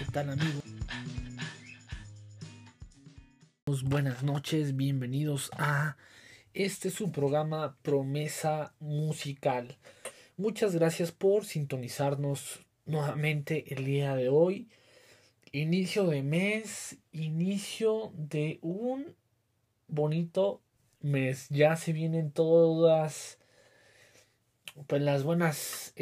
tal, amigos? Buenas noches, bienvenidos a su programa Promesa Musical. Muchas gracias por sintonizarnos nuevamente el día de hoy. Inicio de mes, inicio de un bonito mes. Ya se vienen todas pues las buenas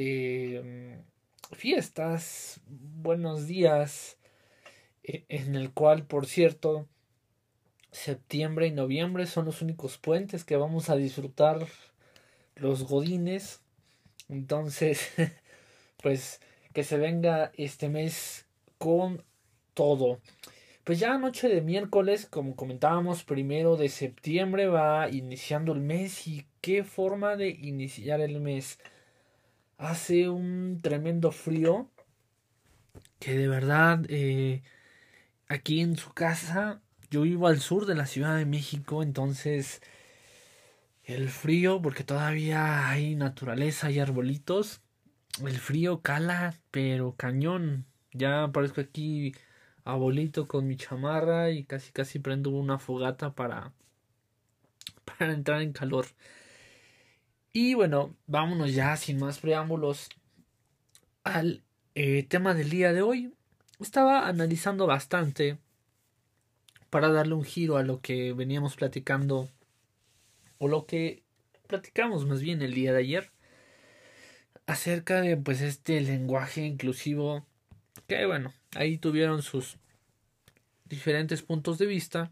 fiestas, buenos días, en el cual, por cierto, septiembre y noviembre son los únicos puentes que vamos a disfrutar los godines. Entonces, pues que se venga este mes con todo. Pues ya noche de miércoles, como comentábamos, 1 de septiembre va iniciando el mes. Y qué forma de iniciar el mes. Hace un tremendo frío que de verdad aquí en su casa, yo vivo al sur de la Ciudad de México, entonces el frío, porque todavía hay naturaleza, hay arbolitos, el frío cala, pero cañón. Ya parezco aquí abuelito con mi chamarra y casi casi prendo una fogata para entrar en calor. Y bueno, vámonos ya sin más preámbulos al tema del día de hoy. Estaba analizando bastante para darle un giro a lo que veníamos platicando, o lo que platicamos más bien el día de ayer, acerca de pues este lenguaje inclusivo, que bueno, ahí tuvieron sus diferentes puntos de vista,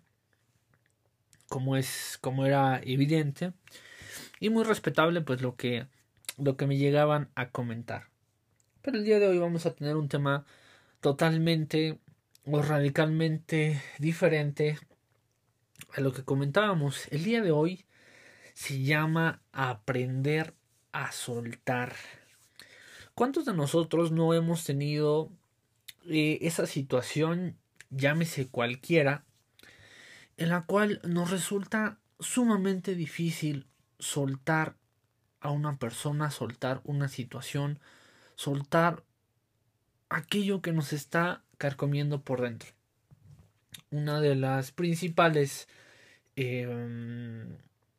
como era evidente, y muy respetable pues lo que me llegaban a comentar. Pero el día de hoy vamos a tener un tema totalmente o radicalmente diferente a lo que comentábamos. El día de hoy se llama aprender a soltar. ¿Cuántos de nosotros no hemos tenido esa situación, llámese cualquiera, en la cual nos resulta sumamente difícil soltar a una persona, soltar una situación, soltar aquello que nos está carcomiendo por dentro? Una de las principales, eh,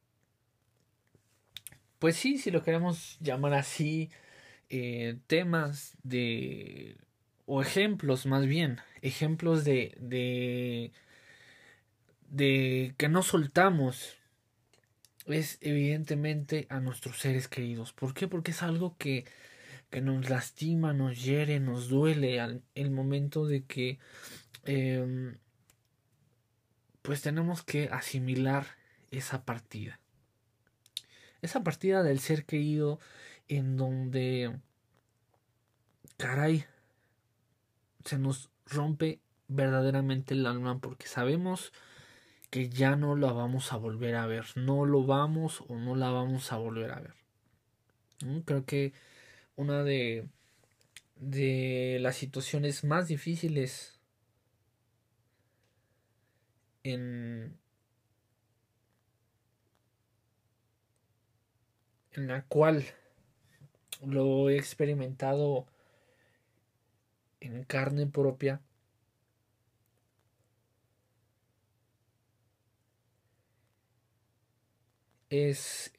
pues sí, si lo queremos llamar así, temas de, o ejemplos más bien, ejemplos de que no soltamos, es evidentemente a nuestros seres queridos. ¿Por qué? Porque es algo que nos lastima, nos hiere, nos duele al el momento de que eh, pues tenemos que asimilar esa partida. Esa partida del ser querido, en donde, caray, se nos rompe verdaderamente el alma, porque sabemos que ya no la vamos a volver a ver. No lo vamos o no la vamos a volver a ver. Creo que una de las situaciones más difíciles en, en la cual lo he experimentado en carne propia es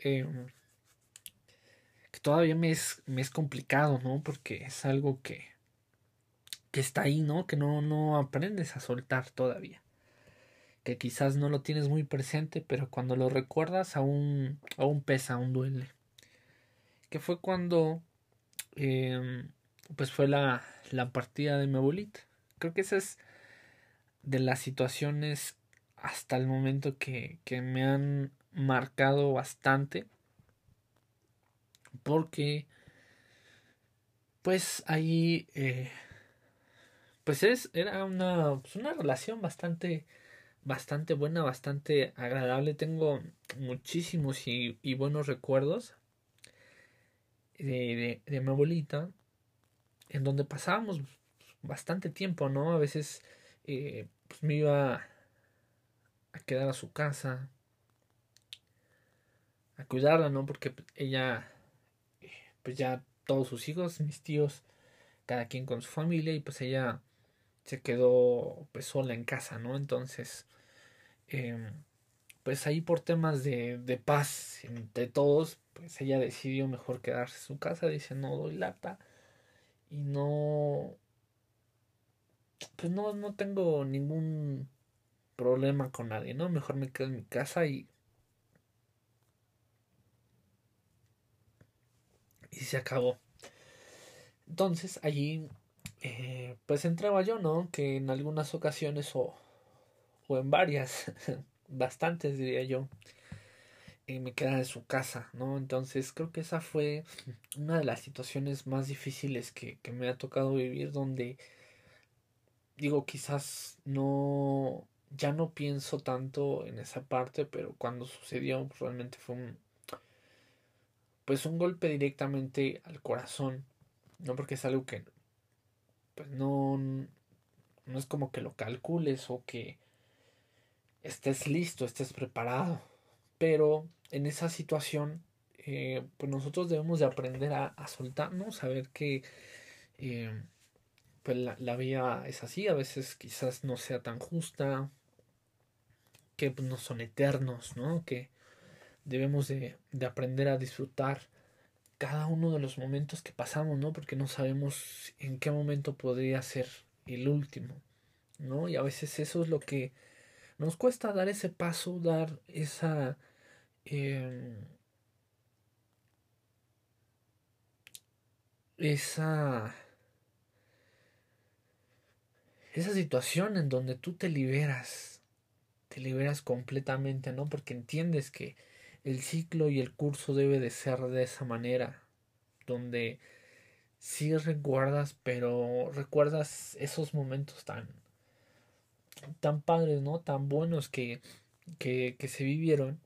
que todavía me es complicado, ¿no? Porque es algo que está ahí, ¿no? Que no aprendes a soltar todavía. Que quizás no lo tienes muy presente, pero cuando lo recuerdas aún pesa, aún duele. Que fue cuando pues fue la partida de mi abuelita. Creo que esa es de las situaciones hasta el momento que me han marcado bastante. Porque pues ahí pues era pues una relación bastante buena, bastante agradable. Tengo muchísimos y buenos recuerdos de mi abuelita, en donde pasábamos bastante tiempo, ¿no? A veces pues me iba a quedar a su casa, a cuidarla, ¿no? Porque ella, pues ya todos sus hijos, mis tíos, cada quien con su familia, y pues ella se quedó pues sola en casa, ¿no? Entonces, em, pues ahí por temas de paz entre todos, pues ella decidió mejor quedarse en su casa, dice no doy lata y no, pues no tengo ningún problema con nadie, ¿no? Mejor me quedo en mi casa y se acabó. Entonces allí pues entraba yo, ¿no? Que en algunas ocasiones o en varias, bastantes diría yo, me quedaba en su casa, ¿no? Entonces creo que esa fue una de las situaciones más difíciles que me ha tocado vivir, donde digo, quizás no, ya no pienso tanto en esa parte, pero cuando sucedió pues, realmente fue pues un golpe directamente al corazón, ¿no? Porque es algo que pues no es como que lo calcules o que estés listo, estés preparado. Pero en esa situación, pues nosotros debemos de aprender a soltarnos, saber que eh, pues la vida es así, a veces quizás no sea tan justa, que pues, no son eternos, ¿no? Que debemos de aprender a disfrutar cada uno de los momentos que pasamos, ¿no? Porque no sabemos en qué momento podría ser el último, ¿no? Y a veces eso es lo que nos cuesta dar ese paso, dar eh, esa, esa situación en donde tú te liberas completamente, ¿no? Porque entiendes que el ciclo y el curso debe de ser de esa manera, donde sí recuerdas, pero recuerdas esos momentos tan padres, ¿no? Tan buenos que se vivieron.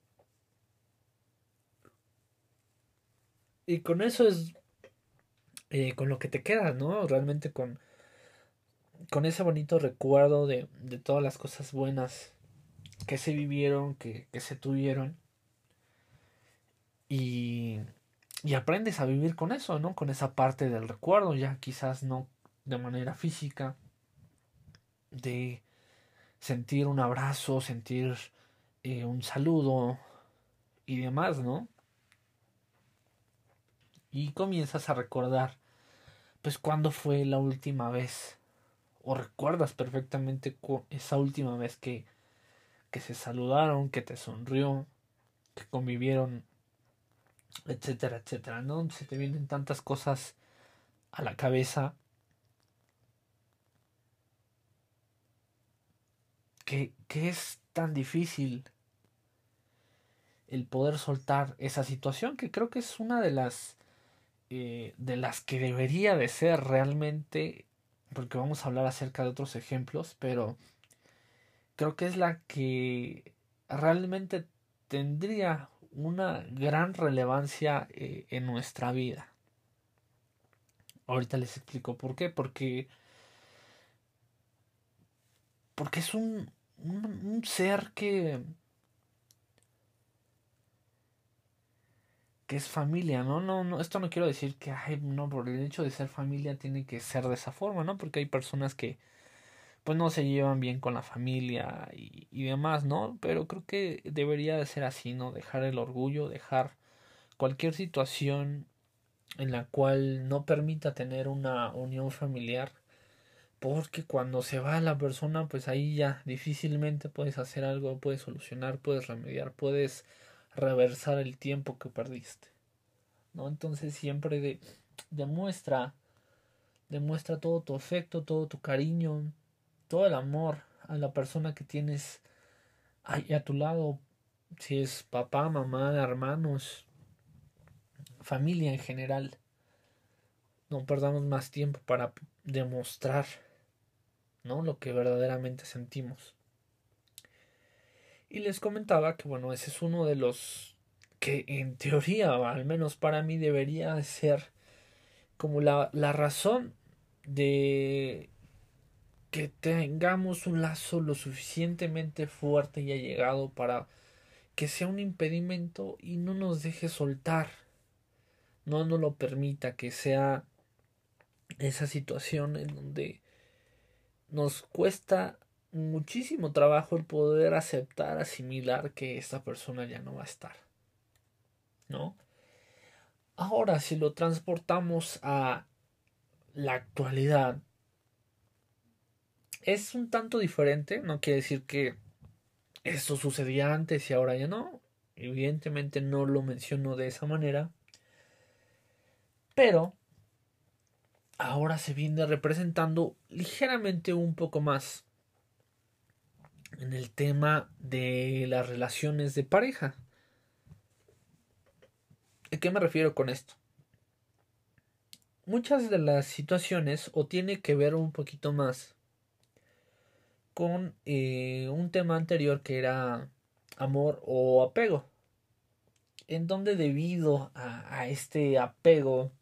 Y con eso es con lo que te quedas, ¿no? Realmente con ese bonito recuerdo de todas las cosas buenas que se vivieron, que se tuvieron. Y, y aprendes a vivir con eso, ¿no? Con esa parte del recuerdo, ya quizás no de manera física, de sentir un abrazo, sentir un saludo y demás, ¿no? Y comienzas a recordar, pues, cuándo fue la última vez, o recuerdas perfectamente esa última vez que se saludaron, que te sonrió, que convivieron, etcétera, etcétera, ¿no? Se te vienen tantas cosas a la cabeza que es tan difícil el poder soltar esa situación, que creo que es una de las que debería de ser realmente, porque vamos a hablar acerca de otros ejemplos, pero creo que es la que realmente tendría una gran relevancia en nuestra vida. Ahorita les explico por qué, porque es un ser que es familia, ¿no? No, esto no quiero decir que, ay, no, por el hecho de ser familia tiene que ser de esa forma, ¿no? Porque hay personas que, pues, no se llevan bien con la familia y demás, ¿no? Pero creo que debería de ser así, ¿no? Dejar el orgullo, dejar cualquier situación en la cual no permita tener una unión familiar, porque cuando se va la persona, pues ahí ya difícilmente puedes hacer algo, puedes solucionar, puedes remediar, puedes reversar el tiempo que perdiste. ¿No? Entonces siempre demuestra, demuestra todo tu afecto, todo tu cariño, todo el amor a la persona que tienes ahí a tu lado, si es papá, mamá, hermanos, familia en general. No perdamos más tiempo para demostrar, ¿no? Lo que verdaderamente sentimos. Y les comentaba que bueno, ese es uno de los que en teoría, al menos para mí, debería ser como la razón de que tengamos un lazo lo suficientemente fuerte y allegado para que sea un impedimento y no nos deje soltar, no nos lo permita, que sea esa situación en donde nos cuesta muchísimo trabajo el poder aceptar, asimilar que esta persona ya no va a estar, ¿no? Ahora, si lo transportamos a la actualidad, es un tanto diferente, no quiere decir que esto sucedía antes y ahora ya no, evidentemente no lo menciono de esa manera, pero ahora se viene representando ligeramente un poco más en el tema de las relaciones de pareja. ¿A qué me refiero con esto? Muchas de las situaciones o tiene que ver un poquito más con un tema anterior que era amor o apego, en donde debido a este apego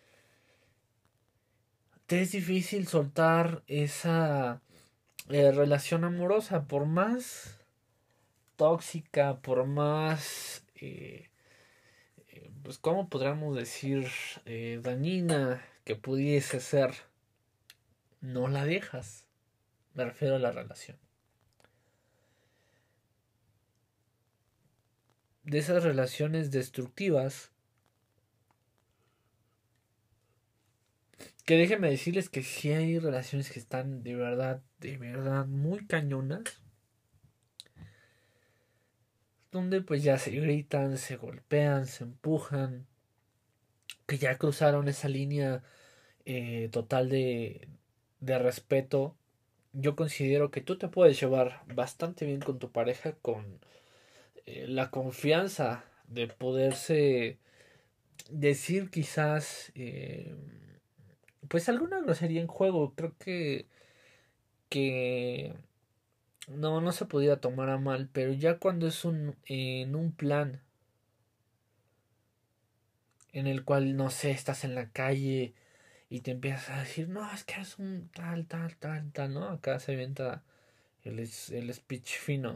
te es difícil soltar esa relación amorosa, por más tóxica, por más, pues, ¿cómo podríamos decir? Dañina que pudiese ser, no la dejas. Me refiero a la relación. De esas relaciones destructivas, que déjenme decirles que sí hay relaciones que están de verdad muy cañonas, donde pues ya se gritan, se golpean, se empujan, que ya cruzaron esa línea total de respeto. Yo considero que tú te puedes llevar bastante bien con tu pareja con la confianza de poderse decir quizás pues alguna grosería en juego. Creo que no se podía tomar a mal, pero ya cuando es en un plan en el cual, no sé, estás en la calle y te empiezas a decir, no, es que es un tal, ¿no? Acá se inventa el speech fino.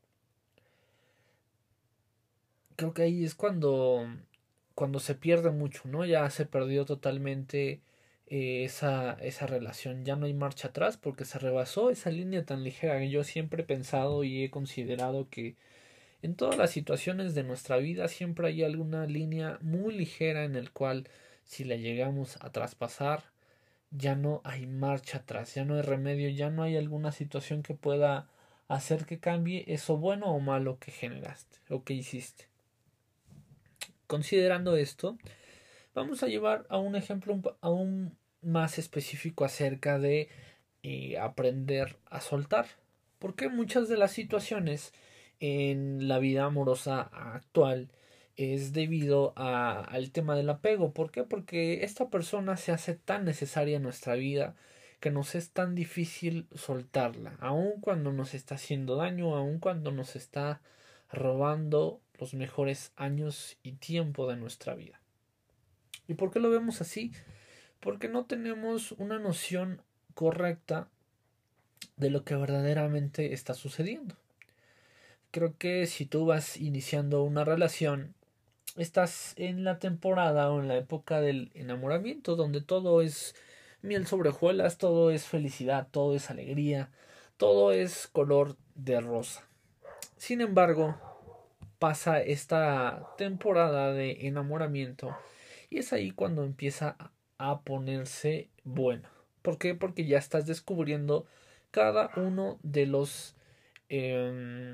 Creo que ahí es cuando se pierde mucho, ¿no? Ya se perdió totalmente esa relación. Ya no hay marcha atrás porque se rebasó esa línea tan ligera que yo siempre he pensado y he considerado que en todas las situaciones de nuestra vida siempre hay alguna línea muy ligera en el cual si la llegamos a traspasar ya no hay marcha atrás, ya no hay remedio, ya no hay alguna situación que pueda hacer que cambie eso bueno o malo que generaste o que hiciste. Considerando esto, vamos a llevar a un ejemplo aún más específico acerca de aprender a soltar. Porque muchas de las situaciones en la vida amorosa actual es debido al tema del apego. ¿Por qué? Porque esta persona se hace tan necesaria en nuestra vida que nos es tan difícil soltarla, aun cuando nos está haciendo daño, aun cuando nos está robando los mejores años y tiempo de nuestra vida. ¿Y por qué lo vemos así? Porque no tenemos una noción correcta de lo que verdaderamente está sucediendo. Creo que si tú vas iniciando una relación, estás en la temporada o en la época del enamoramiento, donde todo es miel sobre hojuelas, todo es felicidad, todo es alegría, todo es color de rosa. Sin embargo, pasa esta temporada de enamoramiento y es ahí cuando empieza a ponerse bueno. ¿Por qué? Porque ya estás descubriendo cada uno de los eh,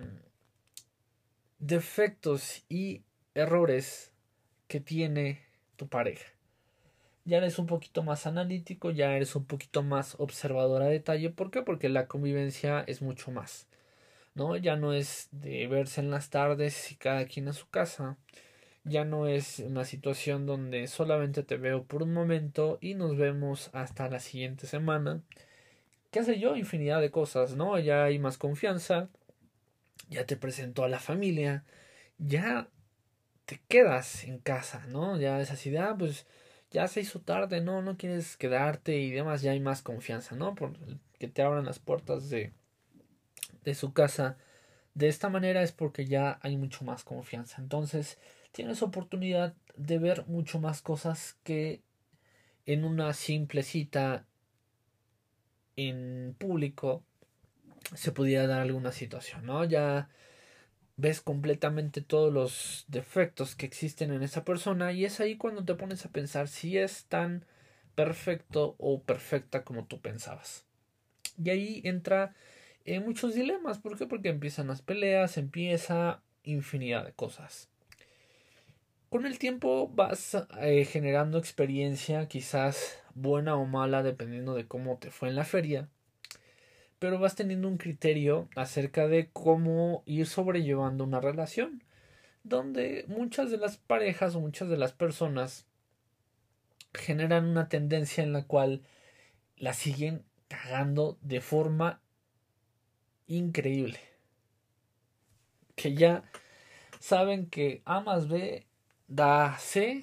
defectos y errores que tiene tu pareja. Ya eres un poquito más analítico, ya eres un poquito más observador a detalle. ¿Por qué? Porque la convivencia es mucho más, ¿no? Ya no es de verse en las tardes y cada quien a su casa. Ya no es una situación donde solamente te veo por un momento y nos vemos hasta la siguiente semana. ¿Qué sé yo? Infinidad de cosas, ¿no? Ya hay más confianza, ya te presento a la familia, ya te quedas en casa, ¿no? Ya es así de, pues ya se hizo tarde, ¿no? No quieres quedarte y demás, ya hay más confianza, ¿no? Por que te abran las puertas de su casa. De esta manera es porque ya hay mucho más confianza. Entonces, tienes oportunidad de ver mucho más cosas que en una simple cita en público se pudiera dar alguna situación, ¿no? Ya ves completamente todos los defectos que existen en esa persona y es ahí cuando te pones a pensar si es tan perfecto o perfecta como tú pensabas. Y ahí entra muchos dilemas. ¿Por qué? Porque empiezan las peleas, empieza infinidad de cosas. Con el tiempo vas generando experiencia, quizás buena o mala, dependiendo de cómo te fue en la feria, pero vas teniendo un criterio acerca de cómo ir sobrellevando una relación, donde muchas de las parejas o muchas de las personas generan una tendencia en la cual la siguen cagando de forma increíble. Que ya saben que A más B da C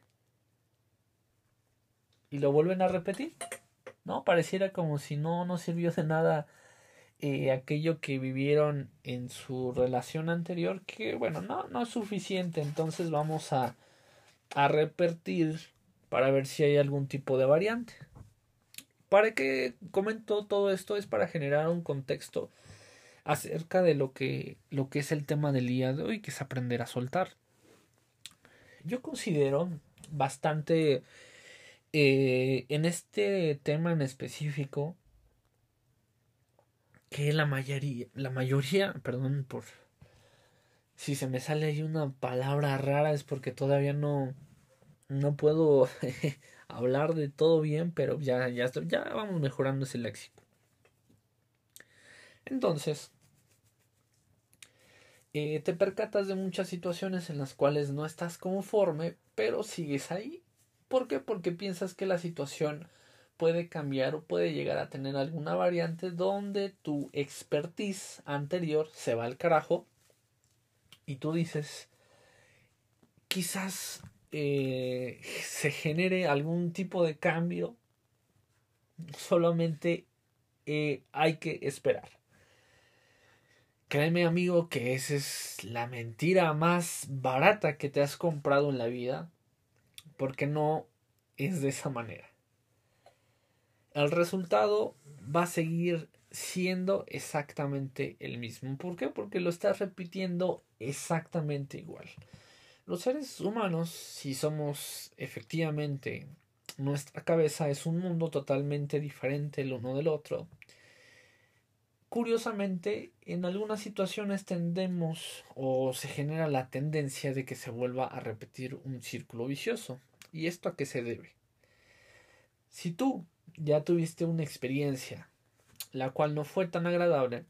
y lo vuelven a repetir. ¿No? Pareciera como si no sirvió de nada aquello que vivieron en su relación anterior, que bueno, no es suficiente, entonces vamos a repetir para ver si hay algún tipo de variante. ¿Para qué comento todo esto? Es para generar un contexto acerca de lo que es el tema del día de hoy, que es aprender a soltar. Yo considero bastante en este tema en específico que la mayoría, perdón por si se me sale ahí una palabra rara es porque todavía no puedo hablar de todo bien, pero ya vamos mejorando ese léxico. Entonces, te percatas de muchas situaciones en las cuales no estás conforme, pero sigues ahí. ¿Por qué? Porque piensas que la situación puede cambiar o puede llegar a tener alguna variante donde tu expertise anterior se va al carajo y tú dices, quizás se genere algún tipo de cambio, solamente hay que esperar. Créeme amigo que esa es la mentira más barata que te has comprado en la vida, porque no es de esa manera. El resultado va a seguir siendo exactamente el mismo. ¿Por qué? Porque lo estás repitiendo exactamente igual. Los seres humanos, si somos efectivamente, nuestra cabeza es un mundo totalmente diferente el uno del otro. Curiosamente, en algunas situaciones tendemos o se genera la tendencia de que se vuelva a repetir un círculo vicioso. ¿Y esto a qué se debe? Si tú ya tuviste una experiencia la cual no fue tan agradable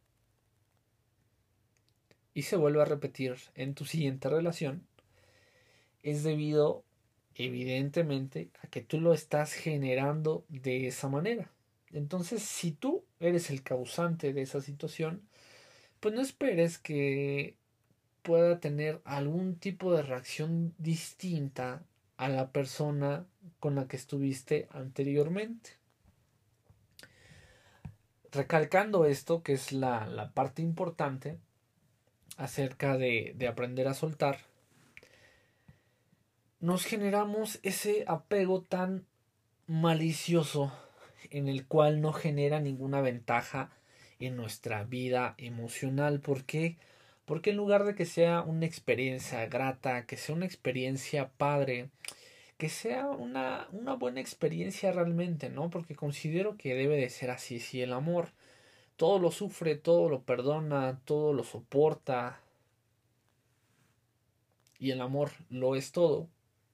y se vuelve a repetir en tu siguiente relación, es debido evidentemente a que tú lo estás generando de esa manera. Entonces, si tú eres el causante de esa situación, pues no esperes que pueda tener algún tipo de reacción distinta a la persona con la que estuviste anteriormente. Recalcando esto, que es la parte importante acerca de aprender a soltar, nos generamos ese apego tan malicioso en el cual no genera ninguna ventaja en nuestra vida emocional. ¿Por qué? Porque en lugar de que sea una experiencia grata, que sea una experiencia padre, que sea una buena experiencia realmente, ¿no? Porque considero que debe de ser así. Si el amor todo lo sufre, todo lo perdona, todo lo soporta, y el amor lo es todo,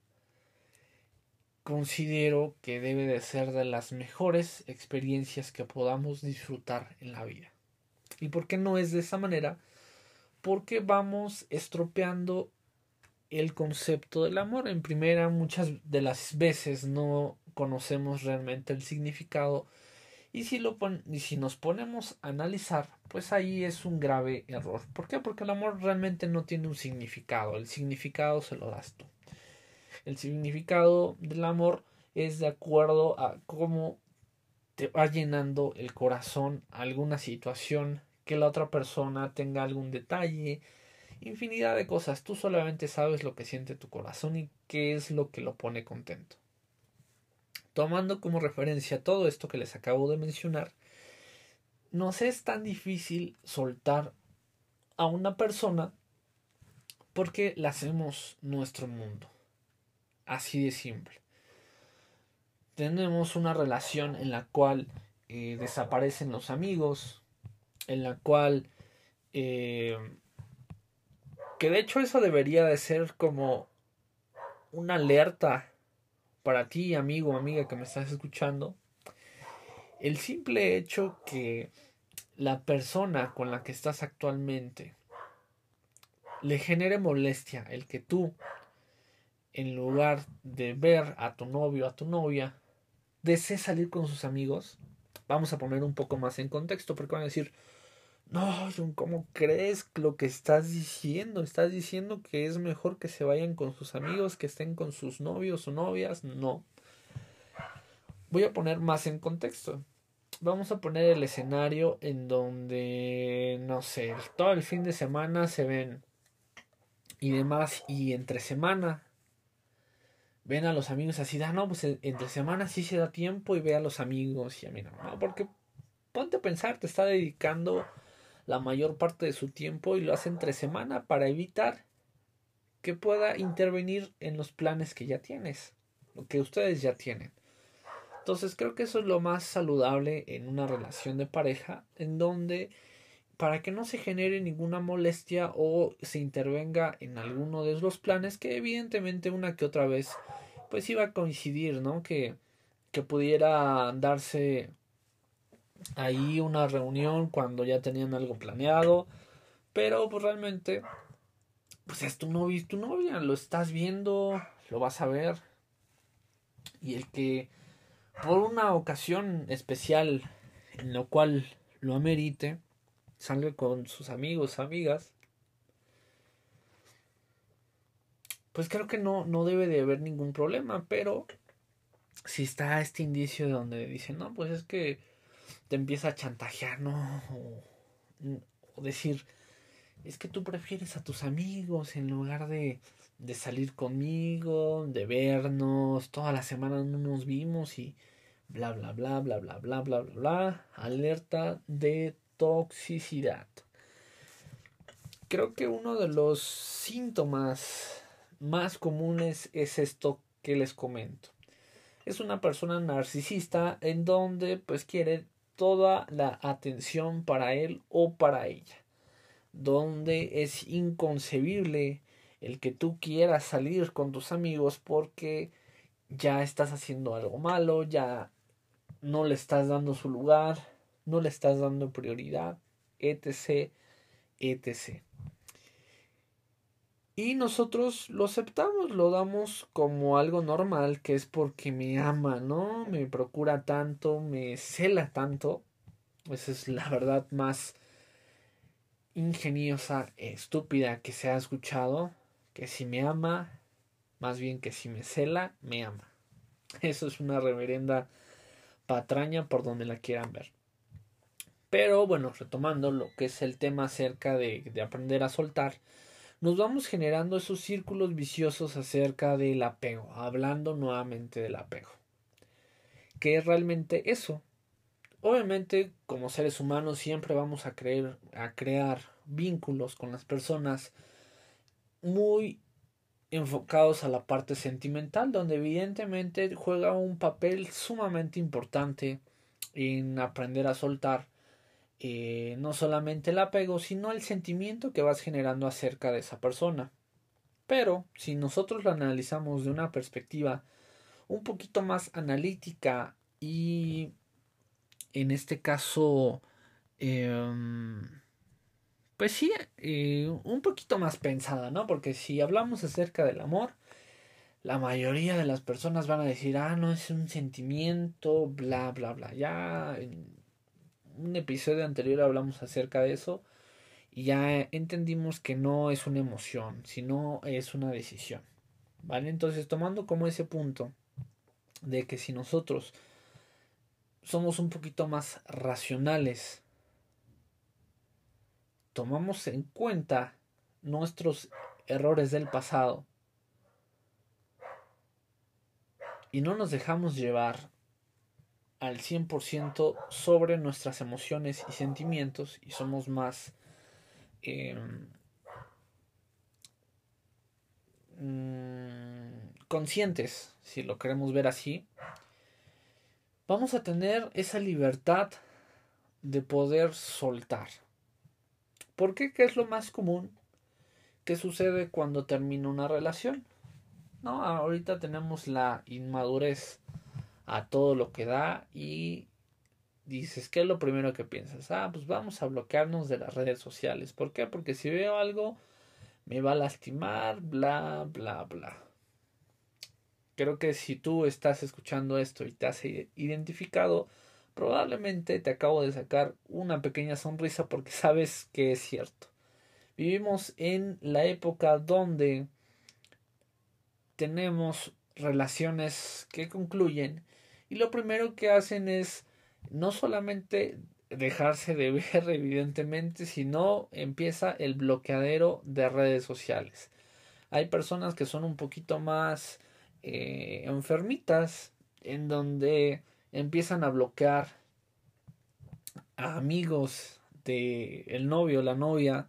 considero que debe de ser de las mejores experiencias que podamos disfrutar en la vida. ¿Y por qué no es de esa manera? Porque vamos estropeando el concepto del amor. En primera, muchas de las veces no conocemos realmente el significado y y si nos ponemos a analizar, pues ahí es un grave error. ¿Por qué? Porque el amor realmente no tiene un significado. El significado se lo das tú. El significado del amor es de acuerdo a cómo te va llenando el corazón alguna situación, que la otra persona tenga algún detalle, infinidad de cosas. Tú solamente sabes lo que siente tu corazón y qué es lo que lo pone contento. tomando como referencia todo esto que les acabo de mencionar, nos es tan difícil soltar a una persona porque la hacemos nuestro mundo. Así de simple. Tenemos una relación en la cual desaparecen los amigos, en la cual que de hecho eso debería de ser como una alerta para ti, amigo o amiga que me estás escuchando. El simple hecho que la persona con la que estás actualmente le genere molestia el que tú, en lugar de ver a tu novio o a tu novia, desees salir con sus amigos. Vamos a poner un poco más en contexto, porque van a decir, no, John, ¿cómo crees lo que estás diciendo? ¿Estás diciendo que es mejor que se vayan con sus amigos, que estén con sus novios o novias? No. Voy a poner más en contexto. Vamos a poner el escenario en donde, no sé, todo el fin de semana se ven y demás, y entre semana ven a los amigos así, no, pues entre semana sí se da tiempo y ve a los amigos y a mí no, porque ponte a pensar, te está dedicando la mayor parte de su tiempo y lo hace entre semana para evitar que pueda intervenir en los planes que ya tienes, lo que ustedes ya tienen. Entonces creo que eso es lo más saludable en una relación de pareja, en donde para que no se genere ninguna molestia o se intervenga en alguno de los planes que evidentemente una que otra vez pues iba a coincidir, ¿no? Que pudiera darse ahí una reunión cuando ya tenían algo planeado, pero pues realmente pues es tu novio y tu novia, lo estás viendo, lo vas a ver, y el que por una ocasión especial en la cual lo amerite, salga con sus amigos, amigas, pues creo que no debe de haber ningún problema, pero si está este indicio de donde dicen, no, pues es que te empieza a chantajear, ¿no? O decir, es que tú prefieres a tus amigos en lugar de salir conmigo, de vernos, toda la semana no nos vimos y bla bla bla bla bla bla bla bla bla. Alerta de toxicidad. Creo que uno de los síntomas más comunes es esto que les comento. Es una persona narcisista en donde pues quiere toda la atención para él o para ella, donde es inconcebible el que tú quieras salir con tus amigos porque ya estás haciendo algo malo, ya no le estás dando su lugar, no le estás dando prioridad, etc, etc. Y nosotros lo aceptamos, lo damos como algo normal, que es porque me ama, ¿no? Me procura tanto, me cela tanto. Esa es la verdad más ingeniosa, estúpida que se ha escuchado. Que si me ama, más bien que si me cela, me ama. Eso es una reverenda patraña por donde la quieran ver. Pero bueno, retomando lo que es el tema acerca de aprender a soltar, nos vamos generando esos círculos viciosos acerca del apego, hablando nuevamente del apego. ¿Qué es realmente eso? Obviamente, como seres humanos, siempre vamos a crear vínculos con las personas muy enfocados a la parte sentimental, donde evidentemente juega un papel sumamente importante en aprender a soltar no solamente el apego, sino el sentimiento que vas generando acerca de esa persona. Pero si nosotros lo analizamos de una perspectiva un poquito más analítica y en este caso, eh, pues sí, un poquito más pensada, ¿no? Porque si hablamos acerca del amor, la mayoría de las personas van a decir, no es un sentimiento, bla, bla, bla. Ya en un episodio anterior hablamos acerca de eso y ya entendimos que no es una emoción, sino es una decisión. ¿Vale? Entonces, tomando como ese punto de que si nosotros somos un poquito más racionales, tomamos en cuenta nuestros errores del pasado y no nos dejamos llevar al 100% sobre nuestras emociones y sentimientos y somos más eh, conscientes, si lo queremos ver así, vamos a tener esa libertad de poder soltar. ¿Por qué? ¿Qué es lo más común que sucede cuando termina una relación? No, ahorita tenemos la inmadurez a todo lo que da y dices, ¿qué es lo primero que piensas? Ah, pues vamos a bloquearnos de las redes sociales. ¿Por qué? Porque si veo algo me va a lastimar, bla, bla, bla. Creo que si tú estás escuchando esto y te has identificado, probablemente te acabo de sacar una pequeña sonrisa porque sabes que es cierto. Vivimos en la época donde tenemos relaciones que concluyen y lo primero que hacen es no solamente dejarse de ver evidentemente, sino empieza el bloqueadero de redes sociales. Hay personas que son un poquito más enfermitas en donde empiezan a bloquear a amigos de el novio o la novia,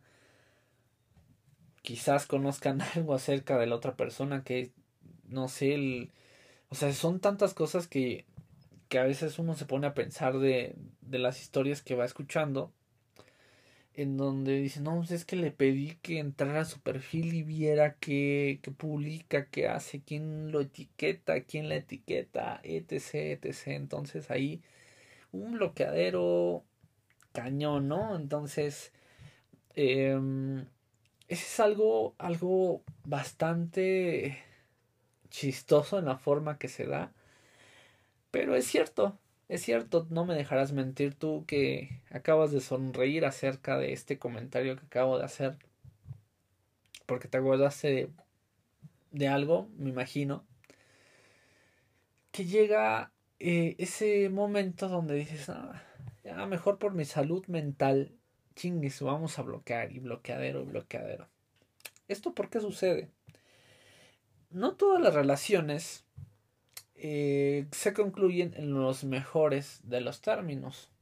quizás conozcan algo acerca de la otra persona que no sé, o sea, son tantas cosas que a veces uno se pone a pensar de las historias que va escuchando, en donde dice, no, pues es que le pedí que entrara a su perfil y viera qué publica, qué hace, quién lo etiqueta, quién la etiqueta, etc, etc. Entonces ahí un bloqueadero cañón, ¿no? Entonces, ese es algo bastante chistoso en la forma que se da. Pero es cierto, no me dejarás mentir tú que acabas de sonreír acerca de este comentario que acabo de hacer, porque te acordaste de algo, me imagino, que llega ese momento donde dices, ah, ya mejor por mi salud mental, chingues, vamos a bloquear y bloqueadero y bloqueadero. ¿Esto por qué sucede? No todas las relaciones se concluyen en los mejores de los términos.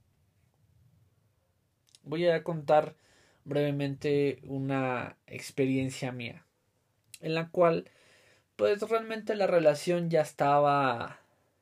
Voy a contar brevemente una experiencia mía, en la cual pues realmente la relación ya estaba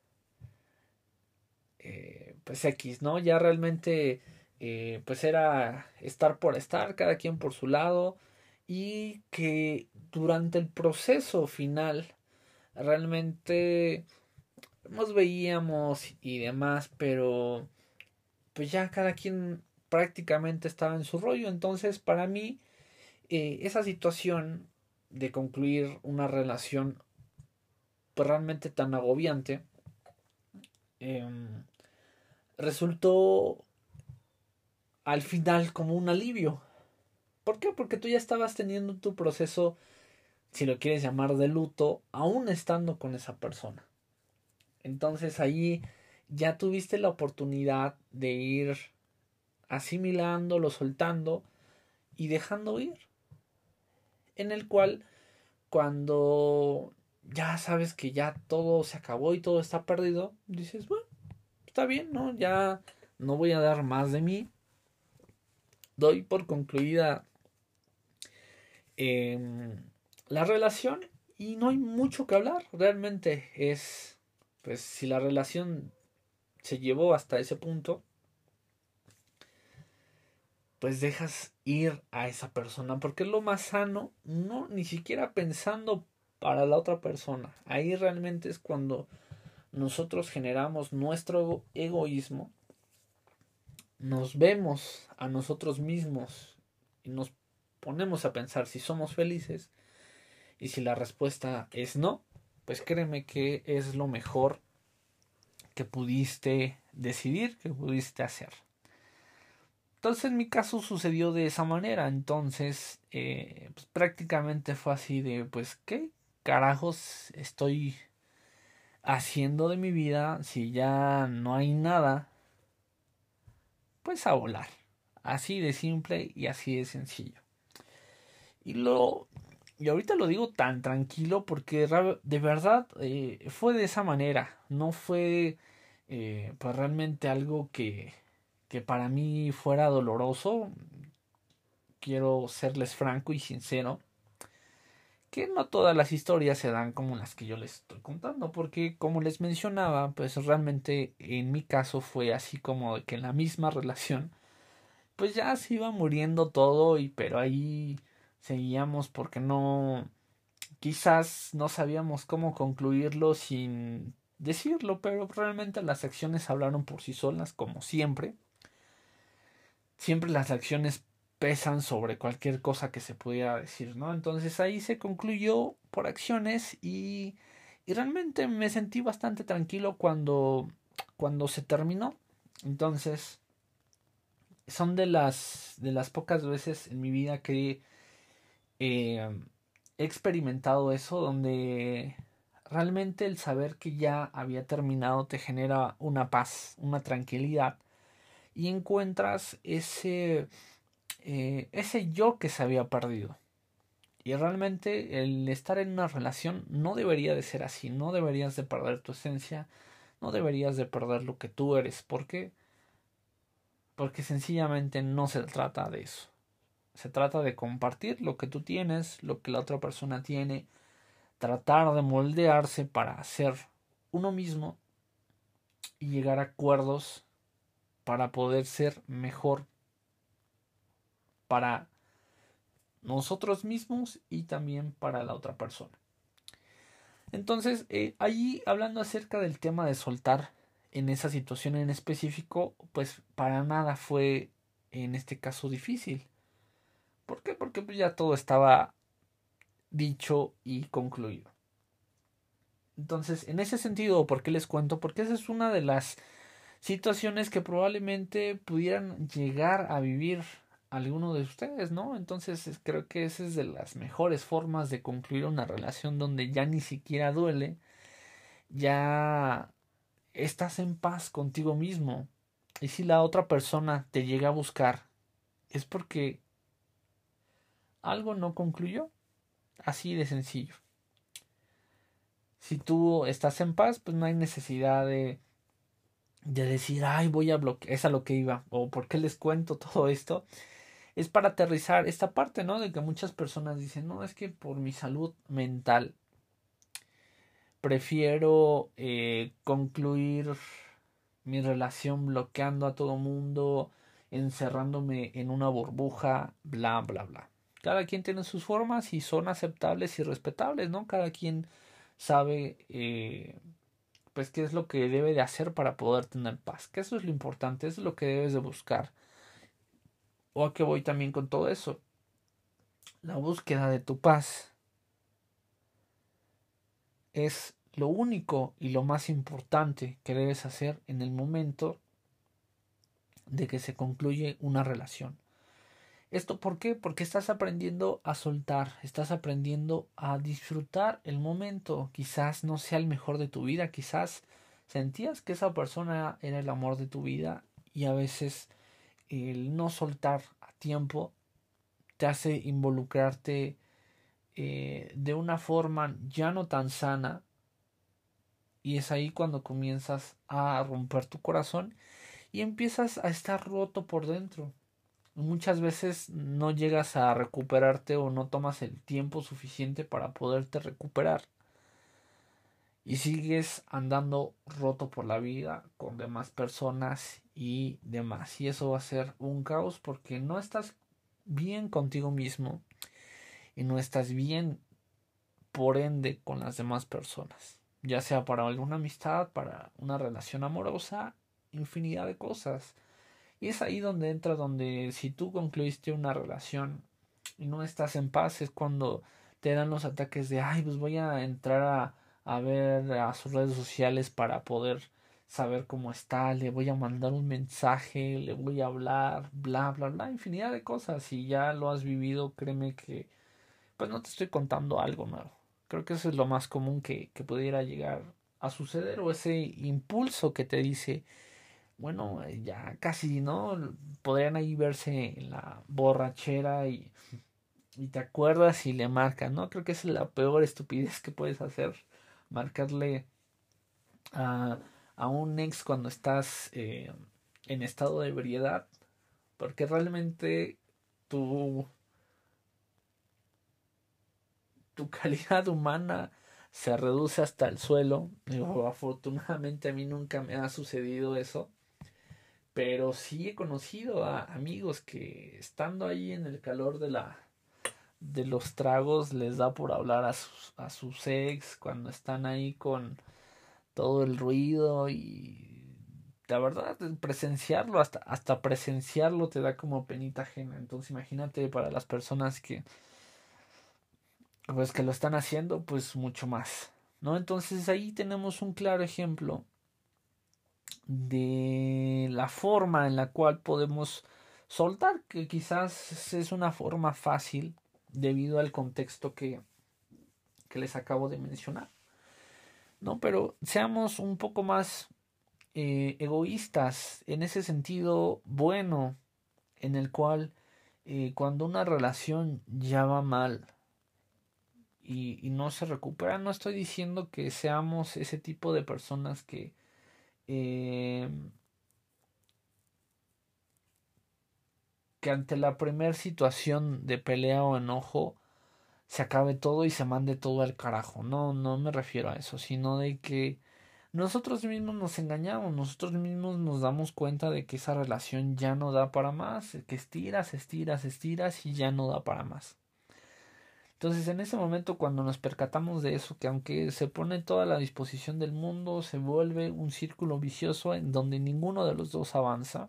pues X, ¿no? Ya realmente pues era estar por estar, cada quien por su lado, y que durante el proceso final realmente nos veíamos y demás, pero pues ya cada quien prácticamente estaba en su rollo. Entonces para mí esa situación de concluir una relación pues realmente tan agobiante eh, resultó al final como un alivio. ¿Por qué? Porque tú ya estabas teniendo tu proceso, si lo quieres llamar de luto, aún estando con esa persona. Entonces ahí ya tuviste la oportunidad de ir asimilándolo, soltando y dejando ir. En el cual cuando ya sabes que ya todo se acabó y todo está perdido, dices, bueno, está bien, ¿no? Ya no voy a dar más de mí. Doy por concluida eh, la relación y no hay mucho que hablar. Realmente es, pues si la relación se llevó hasta ese punto, pues dejas ir a esa persona porque es lo más sano, no ni siquiera pensando para la otra persona. Ahí realmente es cuando nosotros generamos nuestro egoísmo, nos vemos a nosotros mismos y nos ponemos a pensar si somos felices y si la respuesta es no, pues créeme que es lo mejor que pudiste decidir, que pudiste hacer. Entonces en mi caso sucedió de esa manera, entonces pues prácticamente fue así de pues qué carajos estoy haciendo de mi vida si ya no hay nada, pues a volar. Así de simple y así de sencillo. Y Y ahorita lo digo tan tranquilo porque de verdad fue de esa manera. No fue pues realmente algo que para mí fuera doloroso. Quiero serles franco y sincero. Que no todas las historias se dan como las que yo les estoy contando. Porque como les mencionaba, pues realmente en mi caso fue así como de que en la misma relación pues ya se iba muriendo todo y pero ahí seguíamos porque no quizás no sabíamos cómo concluirlo sin decirlo, pero realmente las acciones hablaron por sí solas, como siempre. Siempre las acciones pesan sobre cualquier cosa que se pudiera decir, ¿no? Entonces ahí se concluyó por acciones y realmente me sentí bastante tranquilo cuando se terminó. Entonces, son de las pocas veces en mi vida que eh, he experimentado eso, donde realmente el saber que ya había terminado te genera una paz, una tranquilidad y encuentras ese yo que se había perdido. Y realmente el estar en una relación no debería de ser así, no deberías de perder tu esencia, no deberías de perder lo que tú eres. ¿Por qué? Porque sencillamente no se trata de eso. Se trata de compartir lo que tú tienes, lo que la otra persona tiene, tratar de moldearse para ser uno mismo y llegar a acuerdos para poder ser mejor para nosotros mismos y también para la otra persona. Entonces, allí hablando acerca del tema de soltar en esa situación en específico, pues para nada fue en este caso difícil. ¿Por qué? Porque pues ya todo estaba dicho y concluido. Entonces, en ese sentido, ¿por qué les cuento? Porque esa es una de las situaciones que probablemente pudieran llegar a vivir alguno de ustedes, ¿no? Entonces, creo que esa es de las mejores formas de concluir una relación donde ya ni siquiera duele, ya estás en paz contigo mismo. Y si la otra persona te llega a buscar, es porque algo no concluyó, así de sencillo. Si tú estás en paz, pues no hay necesidad de decir, ay, voy a bloquear, es a lo que iba, o por qué les cuento todo esto, es para aterrizar esta parte, ¿no? De que muchas personas dicen, no, es que por mi salud mental prefiero concluir mi relación bloqueando a todo mundo, encerrándome en una burbuja, bla, bla, bla. Cada quien tiene sus formas y son aceptables y respetables, ¿no? Cada quien sabe pues qué es lo que debe de hacer para poder tener paz, que eso es lo importante, eso es lo que debes de buscar. ¿O a qué voy también con todo eso? La búsqueda de tu paz es lo único y lo más importante que debes hacer en el momento de que se concluye una relación. ¿Esto por qué? Porque estás aprendiendo a soltar, estás aprendiendo a disfrutar el momento. Quizás no sea el mejor de tu vida, quizás sentías que esa persona era el amor de tu vida y a veces el no soltar a tiempo te hace involucrarte de una forma ya no tan sana y es ahí cuando comienzas a romper tu corazón y empiezas a estar roto por dentro. Muchas veces no llegas a recuperarte o no tomas el tiempo suficiente para poderte recuperar y sigues andando roto por la vida con demás personas y demás. Y eso va a ser un caos porque no estás bien contigo mismo y no estás bien por ende con las demás personas. Ya sea para alguna amistad, para una relación amorosa, infinidad de cosas. Y es ahí donde entra, donde si tú concluiste una relación y no estás en paz, es cuando te dan los ataques de, ay, pues voy a entrar a ver a sus redes sociales para poder saber cómo está, le voy a mandar un mensaje, le voy a hablar, bla, bla, bla, infinidad de cosas. Si ya lo has vivido, créeme que, pues no te estoy contando algo nuevo. Creo que eso es lo más común que pudiera llegar a suceder o ese impulso que te dice, bueno, ya casi, ¿no? Podrían ahí verse en la borrachera y te acuerdas y le marcas, ¿no? Creo que esa es la peor estupidez que puedes hacer, marcarle a, a un ex cuando estás en estado de ebriedad, porque realmente tu, tu calidad humana se reduce hasta el suelo. Digo, afortunadamente a mí nunca me ha sucedido eso, pero sí he conocido a amigos que estando ahí en el calor de los tragos les da por hablar a sus ex cuando están ahí con todo el ruido y la verdad presenciarlo hasta presenciarlo te da como penita ajena. Entonces imagínate para las personas que pues que lo están haciendo pues mucho más, ¿no? Entonces ahí tenemos un claro ejemplo de la forma en la cual podemos soltar, que quizás es una forma fácil debido al contexto que les acabo de mencionar, ¿no? Pero seamos un poco más egoístas en ese sentido bueno, en el cual cuando una relación ya va mal y no se recupera, no estoy diciendo que seamos ese tipo de personas eh, que ante la primera situación de pelea o enojo se acabe todo y se mande todo al carajo. No, no me refiero a eso, sino de que nosotros mismos nos engañamos, nosotros mismos nos damos cuenta de que esa relación ya no da para más, que estiras, estiras, estiras y ya no da para más. Entonces en ese momento cuando nos percatamos de eso, que aunque se pone toda la disposición del mundo, se vuelve un círculo vicioso en donde ninguno de los dos avanza,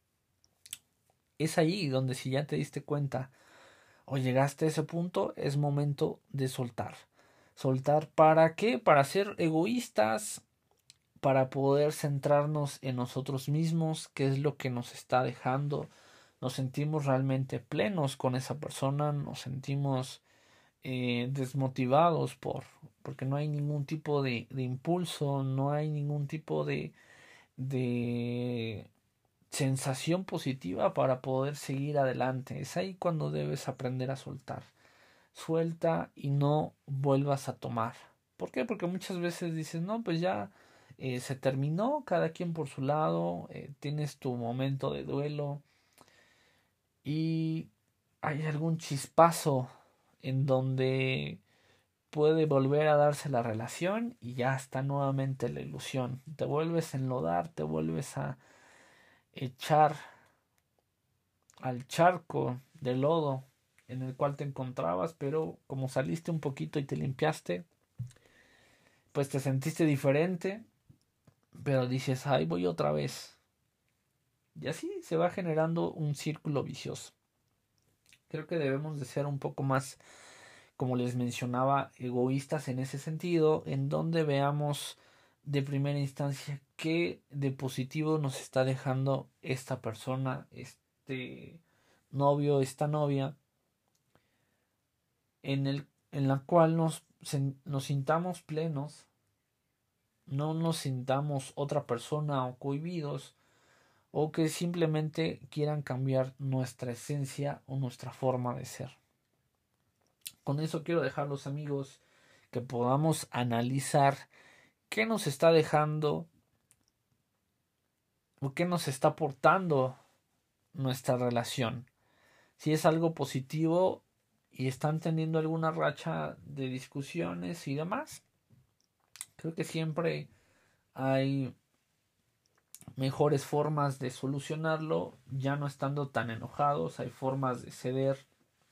es ahí donde si ya te diste cuenta o llegaste a ese punto, es momento de soltar. ¿Soltar para qué? Para ser egoístas, para poder centrarnos en nosotros mismos, qué es lo que nos está dejando. Nos sentimos realmente plenos con esa persona, nos sentimos desmotivados porque no hay ningún tipo de impulso, no hay ningún tipo de sensación positiva para poder seguir adelante. Es ahí cuando debes aprender a soltar. Suelta y no vuelvas a tomar. ¿Por qué? Porque muchas veces dices, no, pues ya se terminó, cada quien por su lado, tienes tu momento de duelo y hay algún chispazo en donde puede volver a darse la relación y ya está nuevamente la ilusión. Te vuelves a enlodar, te vuelves a echar al charco de lodo en el cual te encontrabas, pero como saliste un poquito y te limpiaste, pues te sentiste diferente, pero dices, ay, voy otra vez. Y así se va generando un círculo vicioso. Creo que debemos de ser un poco más, como les mencionaba, egoístas en ese sentido, en donde veamos de primera instancia qué de positivo nos está dejando esta persona, este novio, esta novia, en la cual nos sintamos plenos, no nos sintamos otra persona o cohibidos, o que simplemente quieran cambiar nuestra esencia o nuestra forma de ser. Con eso quiero dejarlos, amigos, que podamos analizar qué nos está dejando o qué nos está aportando nuestra relación. Si es algo positivo y están teniendo alguna racha de discusiones y demás, creo que siempre hay mejores formas de solucionarlo, ya no estando tan enojados, hay formas de ceder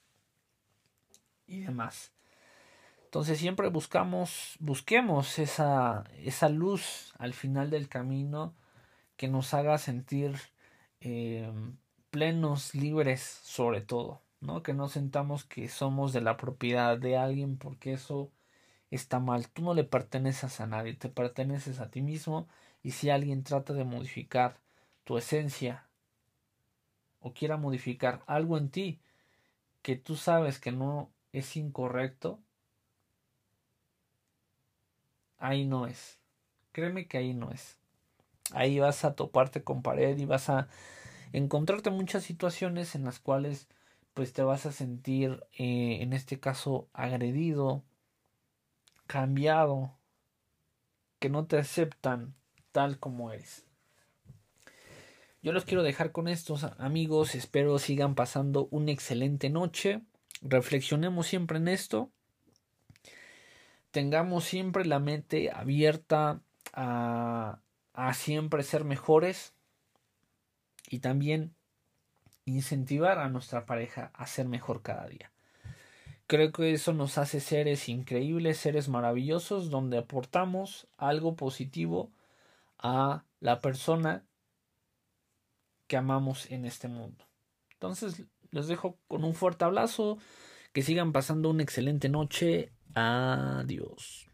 y demás. Entonces siempre busquemos esa luz al final del camino que nos haga sentir eh, plenos, libres sobre todo, ¿no? Que no sentamos que somos de la propiedad de alguien porque eso está mal. Tú no le perteneces a nadie, te perteneces a ti mismo y si alguien trata de modificar tu esencia o quiera modificar algo en ti que tú sabes que no es incorrecto, ahí no es. Créeme que ahí no es. Ahí vas a toparte con pared y vas a encontrarte muchas situaciones en las cuales pues te vas a sentir, en este caso, agredido, cambiado, que no te aceptan tal como eres. Yo los quiero dejar con estos amigos, espero sigan pasando una excelente noche, reflexionemos siempre en esto, tengamos siempre la mente abierta a siempre ser mejores y también incentivar a nuestra pareja a ser mejor cada día. Creo que eso nos hace seres increíbles, seres maravillosos, donde aportamos algo positivo a la persona que amamos en este mundo. Entonces, les dejo con un fuerte abrazo, que sigan pasando una excelente noche. Adiós.